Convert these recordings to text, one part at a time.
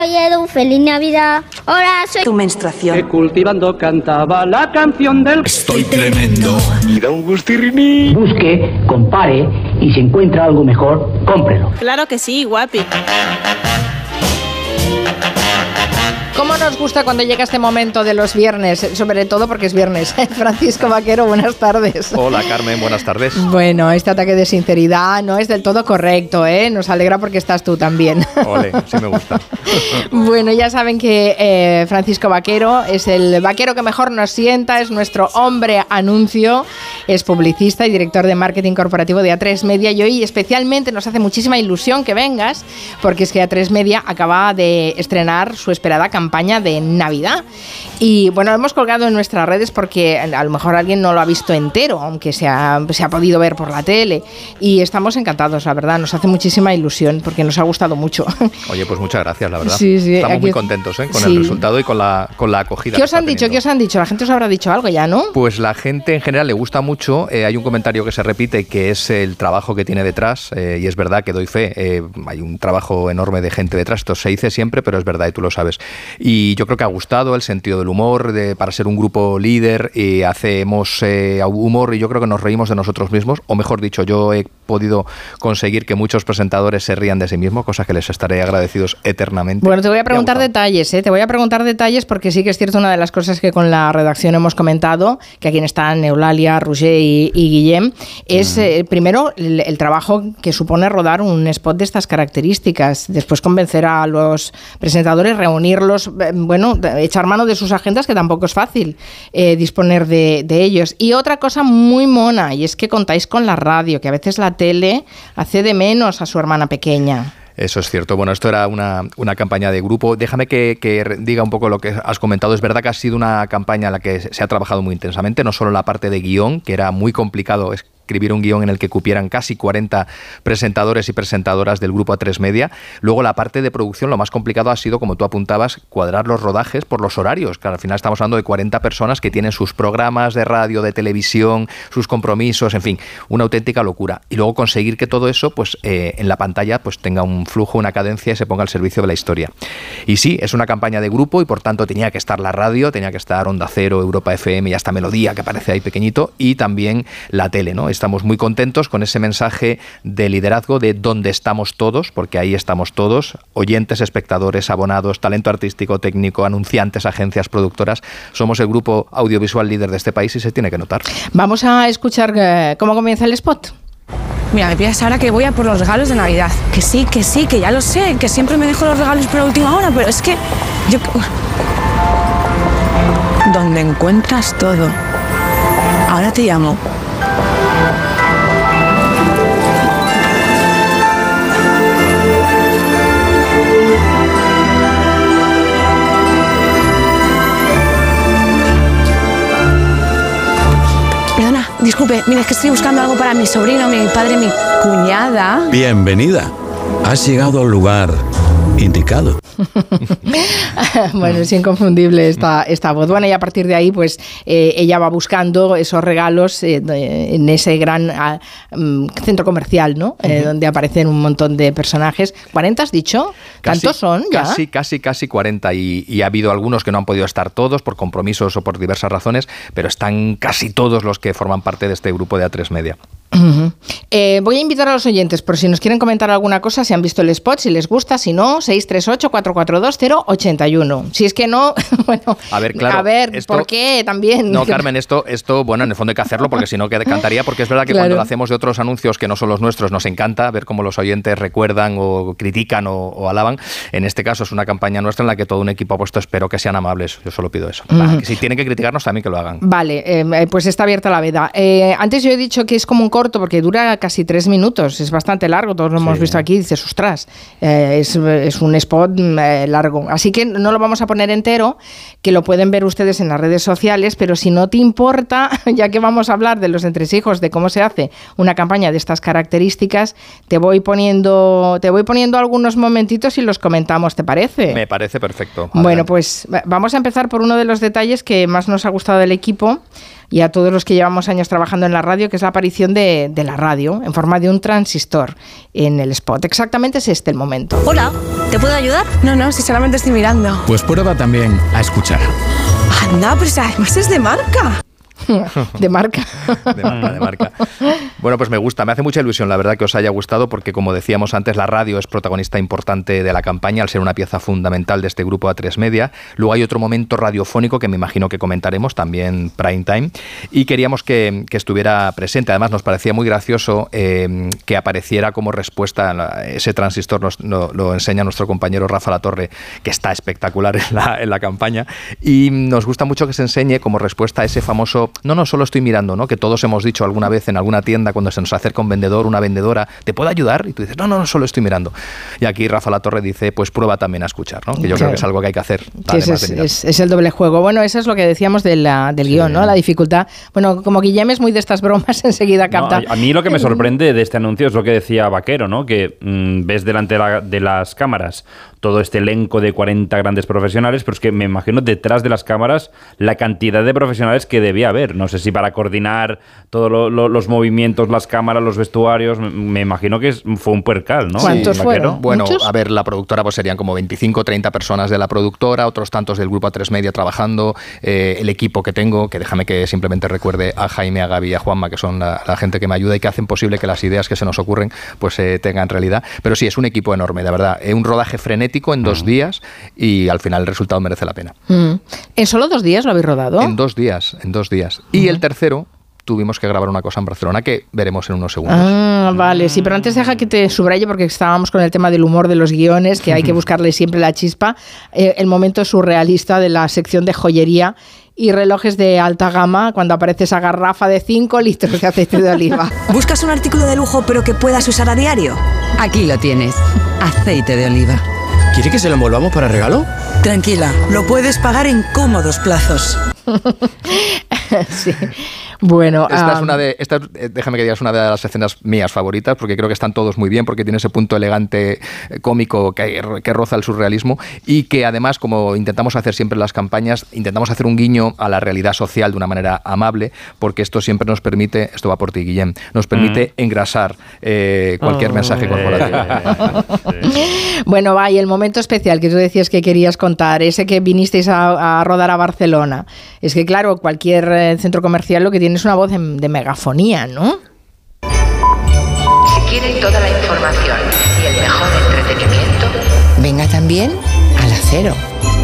Edu, feliz Navidad. Hola, soy tu menstruación. Que cultivando cantaba la canción del... Estoy tremendo. Y da un gustirriní. Busque, compare y si encuentra algo mejor, cómprelo. Claro que sí, guapi. ¿Cómo nos gusta cuando llega este momento de los viernes? Sobre todo porque es viernes. Francisco Vaquero, buenas tardes. Hola, Carmen, buenas tardes. Bueno, este ataque de sinceridad no es del todo correcto, ¿eh? Nos alegra porque estás tú también. Ole, sí me gusta. Bueno, ya saben que Francisco Vaquero es el vaquero que mejor nos sienta, es nuestro hombre anuncio, es publicista y director de marketing corporativo de A3 Media, y hoy especialmente nos hace muchísima ilusión que vengas, porque es que A3 Media acaba de estrenar su esperada campaña de Navidad. Y bueno, lo hemos colgado en nuestras redes porque a lo mejor alguien no lo ha visto entero, aunque se ha podido ver por la tele. Y estamos encantados, la verdad. Nos hace muchísima ilusión porque nos ha gustado mucho. Oye, pues muchas gracias, la verdad. Sí, estamos muy contentos con el resultado y con la acogida. ¿Qué os han dicho? ¿Qué os han dicho? La gente os habrá dicho algo ya, ¿no? Pues la gente en general le gusta mucho. Hay un comentario que se repite, que es el trabajo que tiene detrás. Y es verdad que doy fe. Hay un trabajo enorme de gente detrás. Esto se dice siempre, pero es verdad y tú lo sabes. Y yo creo que ha gustado el sentido del humor, para ser un grupo líder, y hacemos humor y yo creo que nos reímos de nosotros mismos, o mejor dicho, yo he podido conseguir que muchos presentadores se rían de sí mismos, cosa que les estaré agradecidos eternamente. Bueno, te voy a preguntar detalles, te voy a preguntar detalles porque sí que es cierto, una de las cosas que con la redacción hemos comentado, que aquí están Eulalia, Roger y Guillem, es primero el trabajo que supone rodar un spot de estas características, después convencer a los presentadores, reunirlos, bueno, echar mano de sus agendas, que tampoco es fácil disponer de ellos. Y otra cosa muy mona, y es que contáis con la radio, que a veces la tele hace de menos a su hermana pequeña. Eso es cierto. Bueno, esto era una campaña de grupo. Déjame que diga un poco lo que has comentado. Es verdad que ha sido una campaña en la que se ha trabajado muy intensamente, no solo la parte de guión, que era muy complicado escribir un guión en el que cupieran casi 40 presentadores y presentadoras del grupo A3 Media. Luego la parte de producción, lo más complicado ha sido, como tú apuntabas, cuadrar los rodajes por los horarios. Claro, al final estamos hablando de 40 personas que tienen sus programas de radio, de televisión, sus compromisos, en fin, una auténtica locura. Y luego conseguir que todo eso, pues en la pantalla, pues tenga un flujo, una cadencia y se ponga al servicio de la historia. Y sí, es una campaña de grupo y por tanto tenía que estar la radio, tenía que estar Onda Cero, Europa FM y hasta Melodía, que aparece ahí pequeñito, y también la tele, ¿no? Estamos muy contentos con ese mensaje de liderazgo de donde estamos todos, porque ahí estamos todos, oyentes, espectadores, abonados, talento artístico, técnico, anunciantes, agencias, productoras. Somos el grupo audiovisual líder de este país y se tiene que notar. Vamos a escuchar cómo comienza el spot. Mira, me pides ahora que voy a por los regalos de Navidad. Que sí, que ya lo sé, que siempre me dejo los regalos por la última hora, pero es que yo... Donde encuentras todo. Ahora te llamo. Perdona, disculpe, mira, es que estoy buscando algo para mi sobrino, mi padre, mi cuñada. Bienvenida. Has llegado al lugar indicado. Bueno, es inconfundible esta voz. Bueno, y a partir de ahí, pues ella va buscando esos regalos en ese gran centro comercial, ¿no? Donde aparecen un montón de personajes. ¿40 has dicho? ¿Tantos son ya? Casi 40. Y ha habido algunos que no han podido estar todos por compromisos o por diversas razones, pero están casi todos los que forman parte de este grupo de A3 Media. Voy a invitar a los oyentes por si nos quieren comentar alguna cosa, si han visto el spot, si les gusta, si no, 638-442-081. Si es que no, bueno, a ver, esto, ¿por qué también? No, Carmen, esto, bueno, en el fondo hay que hacerlo porque si no cantaría, porque es verdad que cuando lo hacemos de otros anuncios que no son los nuestros, nos encanta ver cómo los oyentes recuerdan o critican o alaban. En este caso es una campaña nuestra en la que todo un equipo ha puesto, espero que sean amables, yo solo pido eso. Que si tienen que criticarnos también que lo hagan. Vale, pues está abierta la veda. Antes yo he dicho que es como un corto porque dura casi 3 minutos, es bastante largo, todos lo hemos visto aquí, dices, ostras, es un spot largo, así que no lo vamos a poner entero, que lo pueden ver ustedes en las redes sociales, pero si no te importa, ya que vamos a hablar de los entresijos, de cómo se hace una campaña de estas características, te voy poniendo algunos momentitos y los comentamos, ¿te parece? Me parece perfecto. Adelante. Bueno, pues vamos a empezar por uno de los detalles que más nos ha gustado del equipo, y a todos los que llevamos años trabajando en la radio, que es la aparición de la radio en forma de un transistor en el spot. Exactamente es este el momento. Hola, ¿te puedo ayudar? No, si solamente estoy mirando. Pues prueba también a escuchar. Anda, pero además es de marca. De marca. De marca. Bueno, pues me gusta, me hace mucha ilusión, la verdad, que os haya gustado, porque como decíamos antes, la radio es protagonista importante de la campaña al ser una pieza fundamental de este grupo A3 Media. Luego hay otro momento radiofónico que me imagino que comentaremos, también prime time, y queríamos que estuviera presente. Además, nos parecía muy gracioso que apareciera como respuesta. Ese transistor lo enseña nuestro compañero Rafa Latorre, que está espectacular en la campaña, y nos gusta mucho que se enseñe como respuesta a ese famoso no solo estoy mirando, ¿no? Que todos hemos dicho alguna vez en alguna tienda cuando se nos acerca un vendedor, una vendedora, ¿te puedo ayudar? Y tú dices, no, solo estoy mirando. Y aquí Rafa Latorre dice, pues prueba también a escuchar, ¿no? Que yo creo que es algo que hay que hacer. Es el doble juego. Bueno, eso es lo que decíamos del guión, ¿no? La dificultad. Bueno, como Guillem es muy de estas bromas, enseguida capta. A mí lo que me sorprende de este anuncio es lo que decía Vaquero, ¿no? Que ves delante de las cámaras todo este elenco de 40 grandes profesionales, pero es que me imagino detrás de las cámaras la cantidad de profesionales que debía haber. No sé si para coordinar todos los movimientos, las cámaras, los vestuarios, me imagino que fue un percal, ¿no? ¿Cuántos fueron? Bueno, ¿muchos? a ver, la productora pues serían como 25 o 30 personas de la productora, otros tantos del grupo A3 Media trabajando, el equipo que tengo, que déjame que simplemente recuerde a Jaime, a Gaby y a Juanma, que son la gente que me ayuda y que hacen posible que las ideas que se nos ocurren pues tengan realidad. Pero sí, es un equipo enorme, de verdad. Un rodaje frenético en 2 días y al final el resultado merece la pena. ¿En solo 2 días lo habéis rodado? En 2 días. Y el tercero tuvimos que grabar una cosa en Barcelona que veremos en unos segundos. Vale, sí, pero antes deja que te subraye, porque estábamos con el tema del humor de los guiones, que hay que buscarle siempre la chispa. El momento surrealista de la sección de joyería y relojes de alta gama, cuando aparece esa garrafa de 5 litros de aceite de oliva. ¿Buscas un artículo de lujo pero que puedas usar a diario? Aquí lo tienes, aceite de oliva. ¿Quiere que se lo envolvamos para regalo? Tranquila, lo puedes pagar en cómodos plazos. Sí. Bueno, déjame que digas, una de las escenas mías favoritas, porque creo que están todos muy bien, porque tiene ese punto elegante, cómico, que roza el surrealismo, y que además, como intentamos hacer siempre en las campañas, intentamos hacer un guiño a la realidad social de una manera amable, porque esto siempre nos permite, esto va por ti, Guillem, nos permite engrasar cualquier mensaje corporativo. Bueno, y el momento especial que tú decías que querías contar, ese que vinisteis a rodar a Barcelona, es que claro, cualquier centro comercial lo que tiene es una voz de megafonía, ¿no? Si quieren toda la información y el mejor entretenimiento, venga también al Acero.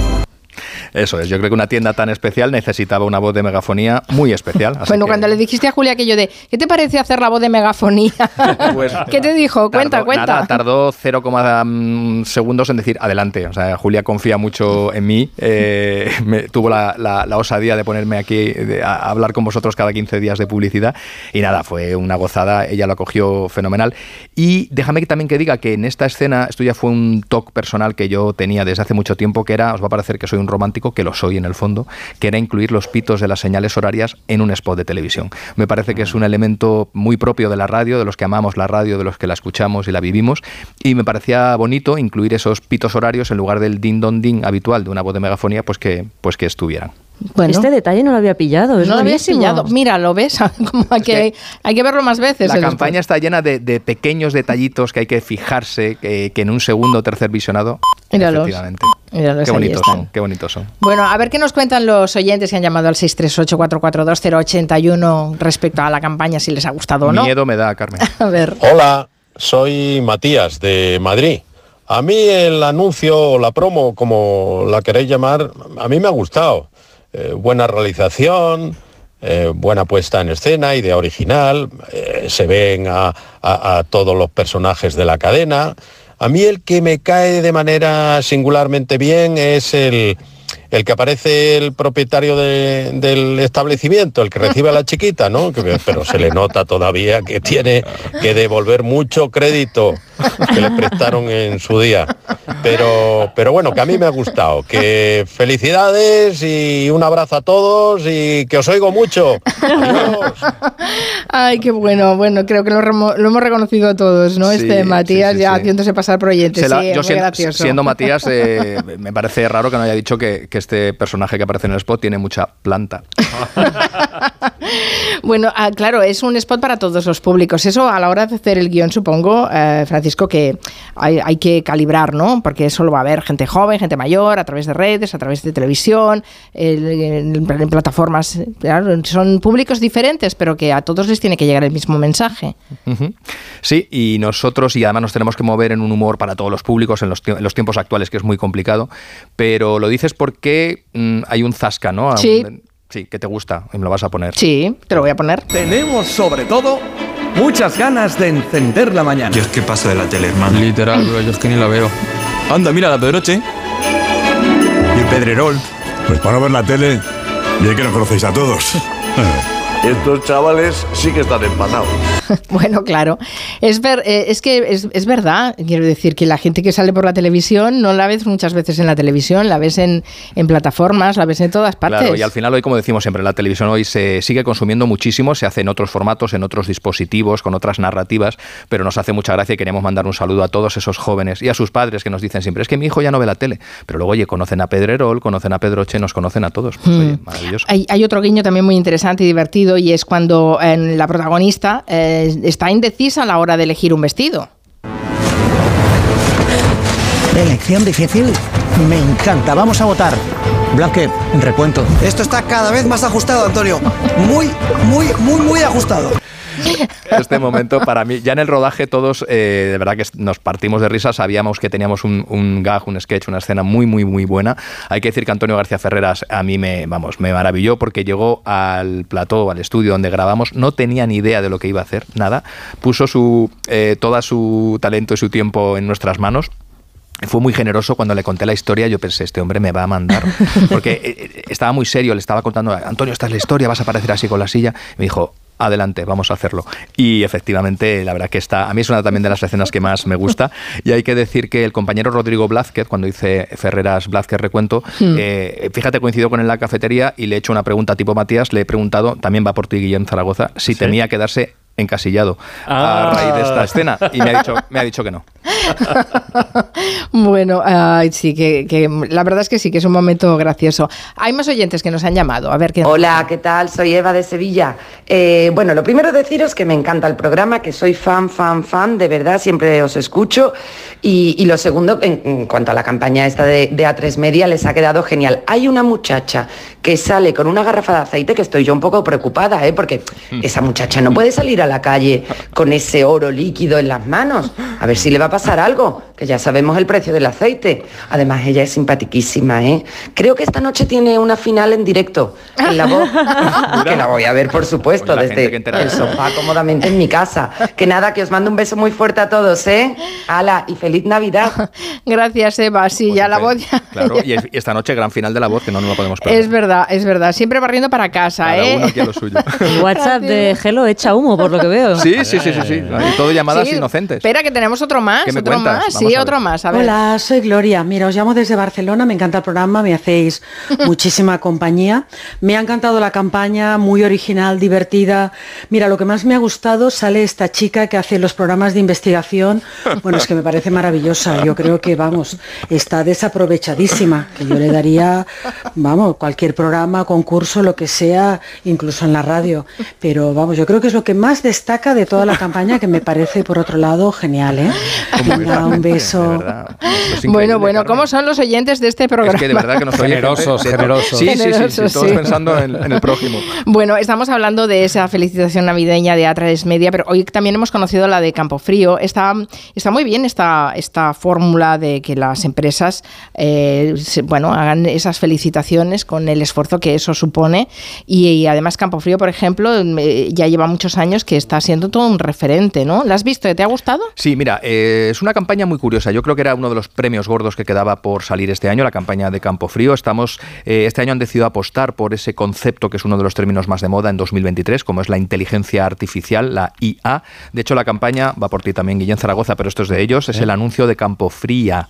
Eso es, yo creo que una tienda tan especial necesitaba una voz de megafonía muy especial. Bueno, cuando le dijiste a Julia aquello de ¿qué te parece hacer la voz de megafonía? Pues, ¿qué te dijo? Cuenta. Nada, tardó 0, segundos en decir adelante. O sea, Julia confía mucho en mí. Tuvo la osadía de ponerme aquí a hablar con vosotros cada 15 días de publicidad. Y nada, fue una gozada. Ella lo acogió fenomenal. Y déjame también que diga que en esta escena, esto ya fue un toque personal que yo tenía desde hace mucho tiempo, que era, os va a parecer que soy un romántico, que lo soy en el fondo, que era incluir los pitos de las señales horarias en un spot de televisión. Me parece que es un elemento muy propio de la radio, de los que amamos la radio, de los que la escuchamos y la vivimos, y me parecía bonito incluir esos pitos horarios en lugar del din don din habitual de una voz de megafonía, pues que estuvieran. Bueno, este detalle no lo había pillado. No lo habías pillado. Mira, lo ves. Como hay que verlo más veces. La campaña está llena de pequeños detallitos que hay que fijarse, que en un segundo o tercer visionado. Míralos. Efectivamente. Míralos, Qué bonitos son. Bueno, a ver qué nos cuentan los oyentes que han llamado al 638-442-081 respecto a la campaña, si les ha gustado o no. Miedo me da, Carmen. A ver. Hola, soy Matías de Madrid. A mí el anuncio o la promo, como la queréis llamar, a mí me ha gustado. Buena realización, buena puesta en escena, idea original, se ven a todos los personajes de la cadena. A mí el que me cae de manera singularmente bien es el que aparece el propietario del establecimiento, el que recibe a la chiquita, ¿no? Pero se le nota todavía que tiene que devolver mucho crédito que le prestaron en su día. Pero bueno, que a mí me ha gustado. Que felicidades y un abrazo a todos y que os oigo mucho. Adiós. Ay, qué bueno. Bueno, creo que lo hemos reconocido todos, ¿no? Sí, Matías sí, ya haciéndose pasar por oyente. Yo gracioso. siendo Matías, me parece raro que no haya dicho que que este personaje que aparece en el spot tiene mucha planta. Bueno, claro, es un spot para todos los públicos. Eso a la hora de hacer el guión, supongo, Francisco, que hay que calibrar, ¿no? Porque eso lo va a ver gente joven, gente mayor, a través de redes, a través de televisión, en plataformas. Claro, son públicos diferentes, pero que a todos les tiene que llegar el mismo mensaje. Uh-huh. Sí, y nosotros, y además nos tenemos que mover en un humor para todos los públicos en los tiempos actuales, que es muy complicado, pero lo dices porque hay un zasca, ¿no? Sí. Sí, que te gusta y me lo vas a poner. Sí, te lo voy a poner. Tenemos sobre todo muchas ganas de encender la mañana. Yo es que paso de la tele, hermano. Literal, bro, yo es que ni la veo. Anda, mira la Pedroche. Y el Pedrerol. Pues para no ver la tele, bien que nos conocéis a todos. Estos chavales sí que están empanados. Bueno, claro. Es verdad. Quiero decir que la gente que sale por la televisión no la ves muchas veces en la televisión, la ves en plataformas, la ves en todas partes. Claro, y al final hoy, como decimos siempre, la televisión hoy se sigue consumiendo muchísimo, se hace en otros formatos, en otros dispositivos, con otras narrativas, pero nos hace mucha gracia y queremos mandar un saludo a todos esos jóvenes y a sus padres que nos dicen siempre, es que mi hijo ya no ve la tele, pero luego, oye, conocen a Pedrerol, conocen a Pedroche, nos conocen a todos. Pues, oye, maravilloso. Hay otro guiño también muy interesante y divertido, y es cuando la protagonista está indecisa a la hora de elegir un vestido. Elección difícil. Me encanta. Vamos a votar. Blanque, recuento. Esto está cada vez más ajustado, Antonio. Muy ajustado. Este momento para mí, ya en el rodaje todos de verdad que nos partimos de risa, sabíamos que teníamos un gag, un sketch, una escena muy buena. Hay que decir que Antonio García Ferreras a mí me maravilló porque llegó al plató, al estudio donde grabamos, no tenía ni idea de lo que iba a hacer, nada, puso todo su talento y su tiempo en nuestras manos. Fue muy generoso cuando le conté la historia. Yo pensé, este hombre me va a mandar, porque estaba muy serio, le estaba contando, Antonio, esta es la historia, vas a aparecer así con la silla. Me dijo, adelante, vamos a hacerlo. Y efectivamente, la verdad que a mí es una también de las escenas que más me gusta. Y hay que decir que el compañero Rodrigo Blázquez, cuando hice Ferreras Blázquez Recuento, fíjate, coincidió con él en la cafetería y le he hecho una pregunta tipo Matías, le he preguntado, también va por ti, Guillem Zaragoza, si temía quedarse encasillado a raíz de esta escena, y me ha dicho que no. Bueno, sí, que la verdad es que sí, que es un momento gracioso. Hay más oyentes que nos han llamado. A ver qué. Hola, ¿qué tal? Soy Eva de Sevilla. Bueno, lo primero deciros que me encanta el programa, que soy fan, de verdad, siempre os escucho. Y lo segundo, en cuanto a la campaña esta de A3 Media, les ha quedado genial. Hay una muchacha que sale con una garrafa de aceite que estoy yo un poco preocupada, porque esa muchacha no puede salir a la calle con ese oro líquido en las manos. A ver si le va a pasar algo, que ya sabemos el precio del aceite. Además, ella es simpaticísima, Creo que esta noche tiene una final en directo en La Voz, que la voy a ver, por supuesto, desde el sofá cómodamente en mi casa. Que nada, que os mando un beso muy fuerte a todos, ¡Hala! Y feliz Navidad. Gracias, Eva. Sí, pues ya La Voz. Claro, y esta noche gran final de La Voz, que no nos lo podemos perder. Es verdad. Siempre barriendo para casa, Cada uno aquí a lo suyo. El WhatsApp de Gelo echa humo, por lo que veo. Sí. Y todo llamadas inocentes. Espera, que tenemos otro más. ¿Qué me cuentas? Sí, otro más. A ver. Hola, soy Gloria. Mira, os llamo desde Barcelona. Me encanta el programa, me hacéis muchísima compañía. Me ha encantado la campaña, muy original, divertida. Mira, lo que más me ha gustado, sale esta chica que hace los programas de investigación. Bueno, es que me parece maravillosa. Yo creo que, está desaprovechadísima. Que yo le daría, cualquier programa, concurso, lo que sea, incluso en la radio. Pero, yo creo que es lo que más destaca de toda la campaña, que me parece, por otro lado, genial, Venga, un beso. Bueno, ¿cómo son los oyentes de este programa? Es que de verdad que nos oye generosos. Sí, todos pensando en el prójimo. Bueno, estamos hablando de esa felicitación navideña de A3 Media, pero hoy también hemos conocido la de Campofrío. Está muy bien esta fórmula de que las empresas hagan esas felicitaciones con el esfuerzo que eso supone, y además Campofrío, por ejemplo, ya lleva muchos años que está siendo todo un referente, ¿no? ¿La has visto? ¿Te ha gustado? Sí, mira, es una campaña muy curiosa. Yo creo que era uno de los premios gordos que quedaba por salir este año, la campaña de Campofrío. Este año han decidido apostar por ese concepto que es uno de los términos más de moda en 2023, como es la inteligencia artificial, la IA. De hecho, la campaña, va por ti también, Guillem Zaragoza, pero esto es de ellos, es el anuncio de Campofría.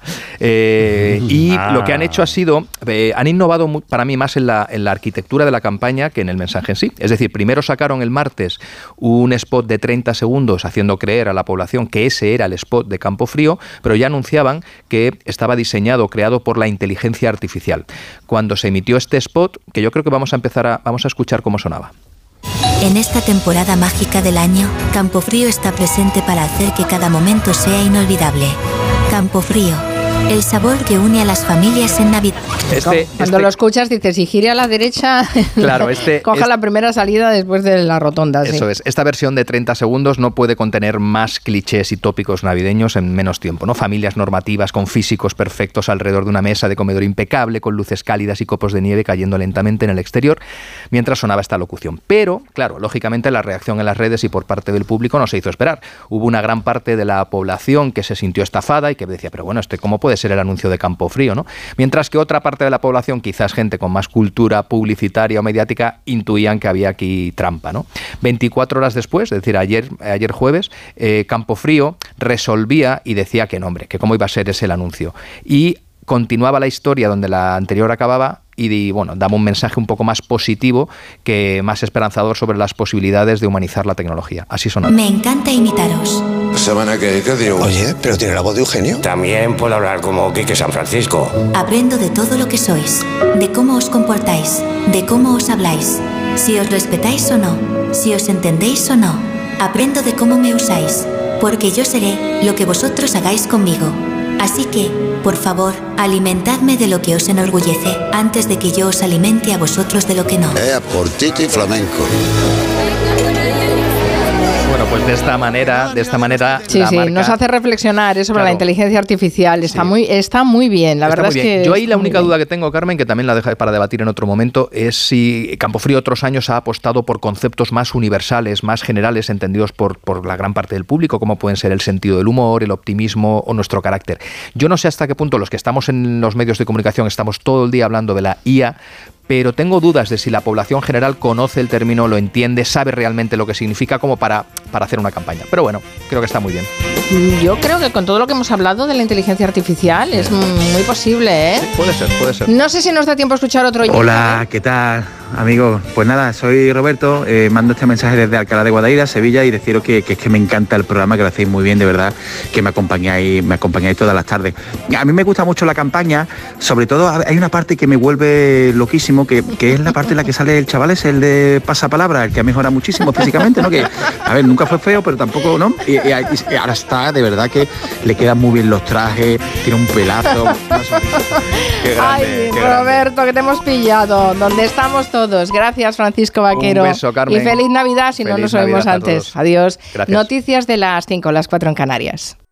Y lo que han hecho ha sido, han innovado para mí más en la arquitectura de la campaña que en el mensaje en sí. Es decir, primero sacaron el martes un spot de 30 segundos haciendo creer a la población que ese era el spot de Campofrío, pero ya anunciaban que estaba diseñado, creado por la inteligencia artificial. Cuando se emitió este spot, que yo creo que vamos a escuchar cómo sonaba. En esta temporada mágica del año, Campofrío está presente para hacer que cada momento sea inolvidable. Campofrío, el sabor que une a las familias en Navidad. Cuando lo escuchas dices, y gire a la derecha, claro, coja la primera salida después de la rotonda. Eso sí. es. Esta versión de 30 segundos no puede contener más clichés y tópicos navideños en menos tiempo, ¿no? Familias normativas con físicos perfectos alrededor de una mesa de comedor impecable, con luces cálidas y copos de nieve cayendo lentamente en el exterior, mientras sonaba esta locución. Pero, claro, lógicamente la reacción en las redes y por parte del público no se hizo esperar. Hubo una gran parte de la población que se sintió estafada y que decía, pero bueno, ¿cómo puede ser el anuncio de Campofrío, ¿no? Mientras que otra parte de la población, quizás gente con más cultura publicitaria o mediática, intuían que había aquí trampa, ¿no? 24 horas después, es decir, ayer jueves, Campofrío resolvía y decía que no, hombre, que cómo iba a ser ese el anuncio. Y continuaba la historia donde la anterior acababa y bueno, daba un mensaje un poco más positivo, que más esperanzador sobre las posibilidades de humanizar la tecnología. Así sonaba. Me encanta imitaros. ¿Semana qué digo? Oye, pero tiene la voz de Eugenio. También puedo hablar como Quique San Francisco. Aprendo de todo lo que sois, de cómo os comportáis, de cómo os habláis, si os respetáis o no, si os entendéis o no. Aprendo de cómo me usáis, porque yo seré lo que vosotros hagáis conmigo. Así que, por favor, alimentadme de lo que os enorgullece antes de que yo os alimente a vosotros de lo que no. Por Tito y flamenco. Bueno, pues de esta manera sí, la marca, nos hace reflexionar sobre la inteligencia artificial. Está sí. muy bien, la verdad es que... Yo ahí la única duda que tengo, Carmen, que también la dejaré para debatir en otro momento, es si Campofrío otros años ha apostado por conceptos más universales, más generales, entendidos por la gran parte del público, como pueden ser el sentido del humor, el optimismo o nuestro carácter. Yo no sé hasta qué punto los que estamos en los medios de comunicación estamos todo el día hablando de la IA, pero tengo dudas de si la población general conoce el término, lo entiende, sabe realmente lo que significa como para hacer una campaña. Pero bueno, creo que está muy bien. Yo creo que con todo lo que hemos hablado de la inteligencia artificial es muy posible, ¿eh? Sí, puede ser. No sé si nos da tiempo a escuchar otro... Hola, ¿qué tal, amigos? Pues nada, soy Roberto, mando este mensaje desde Alcalá de Guadaira, Sevilla, y deciros que es que me encanta el programa, que lo hacéis muy bien, de verdad, que me acompañáis todas las tardes. A mí me gusta mucho la campaña, sobre todo hay una parte que me vuelve loquísimo, que es la parte en la que sale el chaval, es el de pasapalabra, el que ha mejorado muchísimo físicamente, ¿no? Que, a ver, nunca fue feo, pero tampoco, ¿no? Y ahora está, de verdad, que le quedan muy bien los trajes, tiene un pelazo. Qué grande, ay, qué Roberto, grande. que te hemos pillado, donde estamos todos. Gracias, Francisco Vaquero. Un beso, Carmen. Y feliz Navidad, si no nos oímos antes. Adiós. Gracias. Noticias de las 5, las 4 en Canarias.